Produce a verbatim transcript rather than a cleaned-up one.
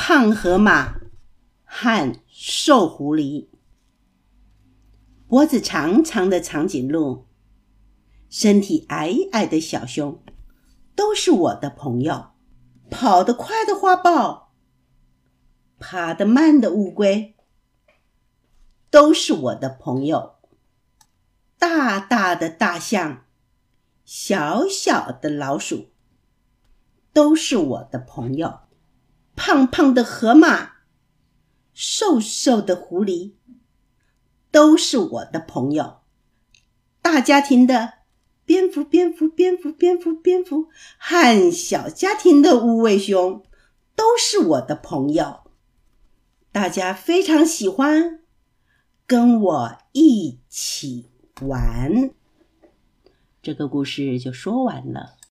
胖河马和瘦狐狸。脖子长长的长颈鹿，身体矮矮的小熊，都是我的朋友。跑得快的花豹，爬得慢的乌龟，都是我的朋友。大大的大象，小小的老鼠，都是我的朋友。胖胖的河马，瘦瘦的狐狸，都是我的朋友。大家庭的蝙蝠蝙蝠蝙蝠蝙蝠蝙蝠和小家庭的无尾熊，都是我的朋友。大家非常喜欢跟我一起玩。这个故事就说完了。